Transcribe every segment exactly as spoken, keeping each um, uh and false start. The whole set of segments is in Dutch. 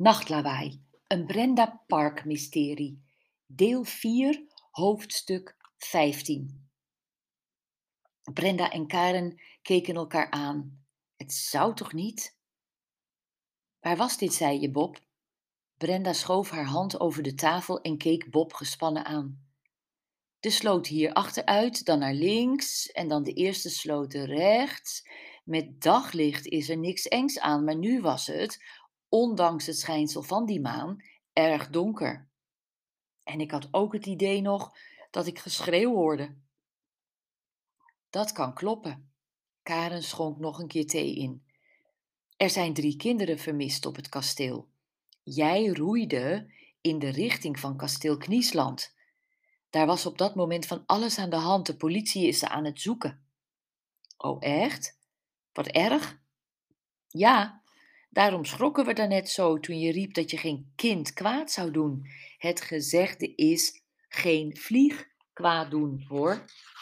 Nachtlawaai, een Brenda Park mysterie. Deel vier, hoofdstuk vijftien. Brenda en Karen keken elkaar aan. Het zou toch niet? Waar was dit, zei je, Bob? Brenda schoof haar hand over de tafel en keek Bob gespannen aan. De sloot hier achteruit, dan naar links en dan de eerste sloot rechts. Met daglicht is er niks engs aan, maar nu was het, ondanks het schijnsel van die maan, erg donker. En ik had ook het idee nog dat ik geschreeuw hoorde. Dat kan kloppen. Karen schonk nog een keer thee in. Er zijn drie kinderen vermist op het kasteel. Jij roeide in de richting van kasteel Kniesland. Daar was op dat moment van alles aan de hand. De politie is ze aan het zoeken. Oh, echt? Wat erg? Ja, daarom schrokken we daarnet zo toen je riep dat je geen kind kwaad zou doen. Het gezegde is geen vlieg kwaad doen, hoor.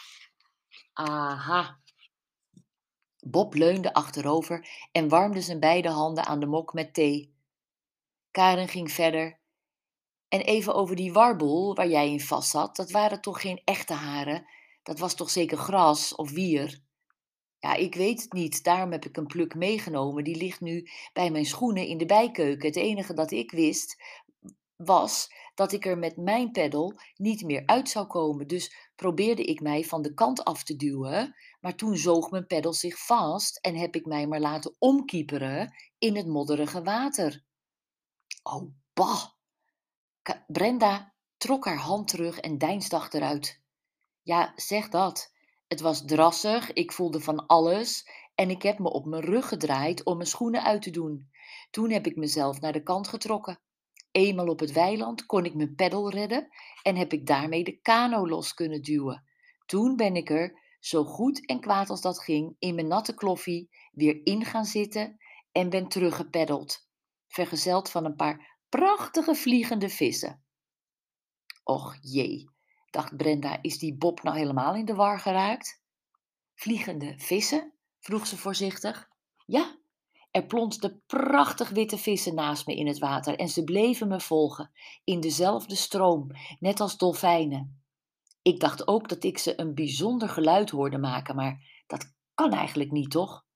Aha. Bob leunde achterover en warmde zijn beide handen aan de mok met thee. Karen ging verder. En even over die warboel waar jij in vast zat, dat waren toch geen echte haren? Dat was toch zeker gras of wier? Ja, ik weet het niet, daarom heb ik een pluk meegenomen. Die ligt nu bij mijn schoenen in de bijkeuken. Het enige dat ik wist was dat ik er met mijn peddel niet meer uit zou komen. Dus probeerde ik mij van de kant af te duwen, maar toen zoog mijn peddel zich vast en heb ik mij maar laten omkieperen in het modderige water. Oh, bah! Ka- Brenda trok haar hand terug en deinsde achteruit. Ja, zeg dat. Het was drassig, ik voelde van alles en ik heb me op mijn rug gedraaid om mijn schoenen uit te doen. Toen heb ik mezelf naar de kant getrokken. Eenmaal op het weiland kon ik mijn peddel redden en heb ik daarmee de kano los kunnen duwen. Toen ben ik er, zo goed en kwaad als dat ging, in mijn natte kloffie weer in gaan zitten en ben teruggepeddeld, vergezeld van een paar prachtige vliegende vissen. Och jee, dacht Brenda, is die Bob nou helemaal in de war geraakt? Vliegende vissen? Vroeg ze voorzichtig. Ja, er plonsden prachtig witte vissen naast me in het water en ze bleven me volgen, in dezelfde stroom, net als dolfijnen. Ik dacht ook dat ik ze een bijzonder geluid hoorde maken, maar dat kan eigenlijk niet, toch?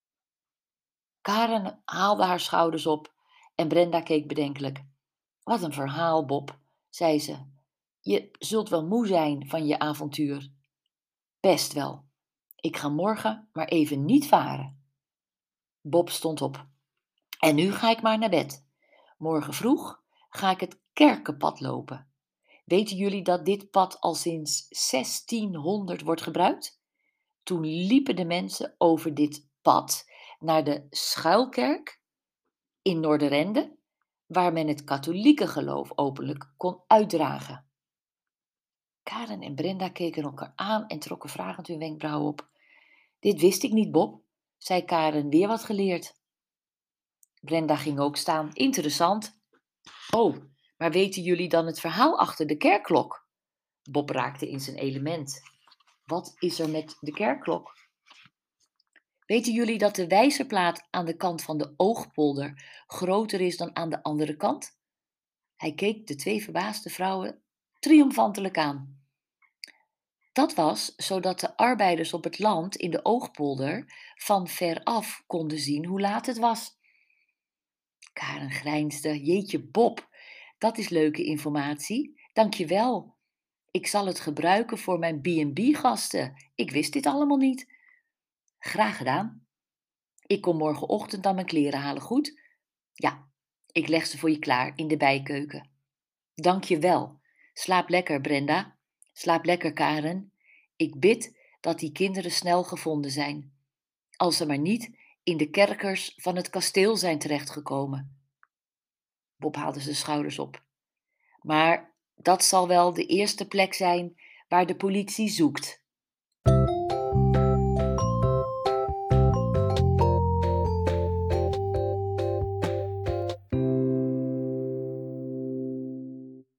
Karen haalde haar schouders op en Brenda keek bedenkelijk. Wat een verhaal, Bob, zei ze. Je zult wel moe zijn van je avontuur. Best wel. Ik ga morgen maar even niet varen. Bob stond op. En nu ga ik maar naar bed. Morgen vroeg ga ik het kerkenpad lopen. Weten jullie dat dit pad al sinds zestienhonderd wordt gebruikt? Toen liepen de mensen over dit pad naar de schuilkerk in Noorderende, waar men het katholieke geloof openlijk kon uitdragen. Karen en Brenda keken elkaar aan en trokken vragend hun wenkbrauwen op. Dit wist ik niet, Bob, zei Karen, weer wat geleerd. Brenda ging ook staan. Interessant. Oh, maar weten jullie dan het verhaal achter de kerkklok? Bob raakte in zijn element. Wat is er met de kerkklok? Weten jullie dat de wijzerplaat aan de kant van de oogpolder groter is dan aan de andere kant? Hij keek de twee verbaasde vrouwen triomfantelijk aan. Dat was zodat de arbeiders op het land in de oogpolder van veraf konden zien hoe laat het was. Karen grijnsde. Jeetje, Bob, dat is leuke informatie. Dank je wel. Ik zal het gebruiken voor mijn B en B-gasten. Ik wist dit allemaal niet. Graag gedaan. Ik kom morgenochtend dan mijn kleren halen, goed? Ja, ik leg ze voor je klaar in de bijkeuken. Dank je wel. Slaap lekker, Brenda. Slaap lekker, Karen. Ik bid dat die kinderen snel gevonden zijn. Als ze maar niet in de kerkers van het kasteel zijn terechtgekomen. Bob haalde zijn schouders op. Maar dat zal wel de eerste plek zijn waar de politie zoekt.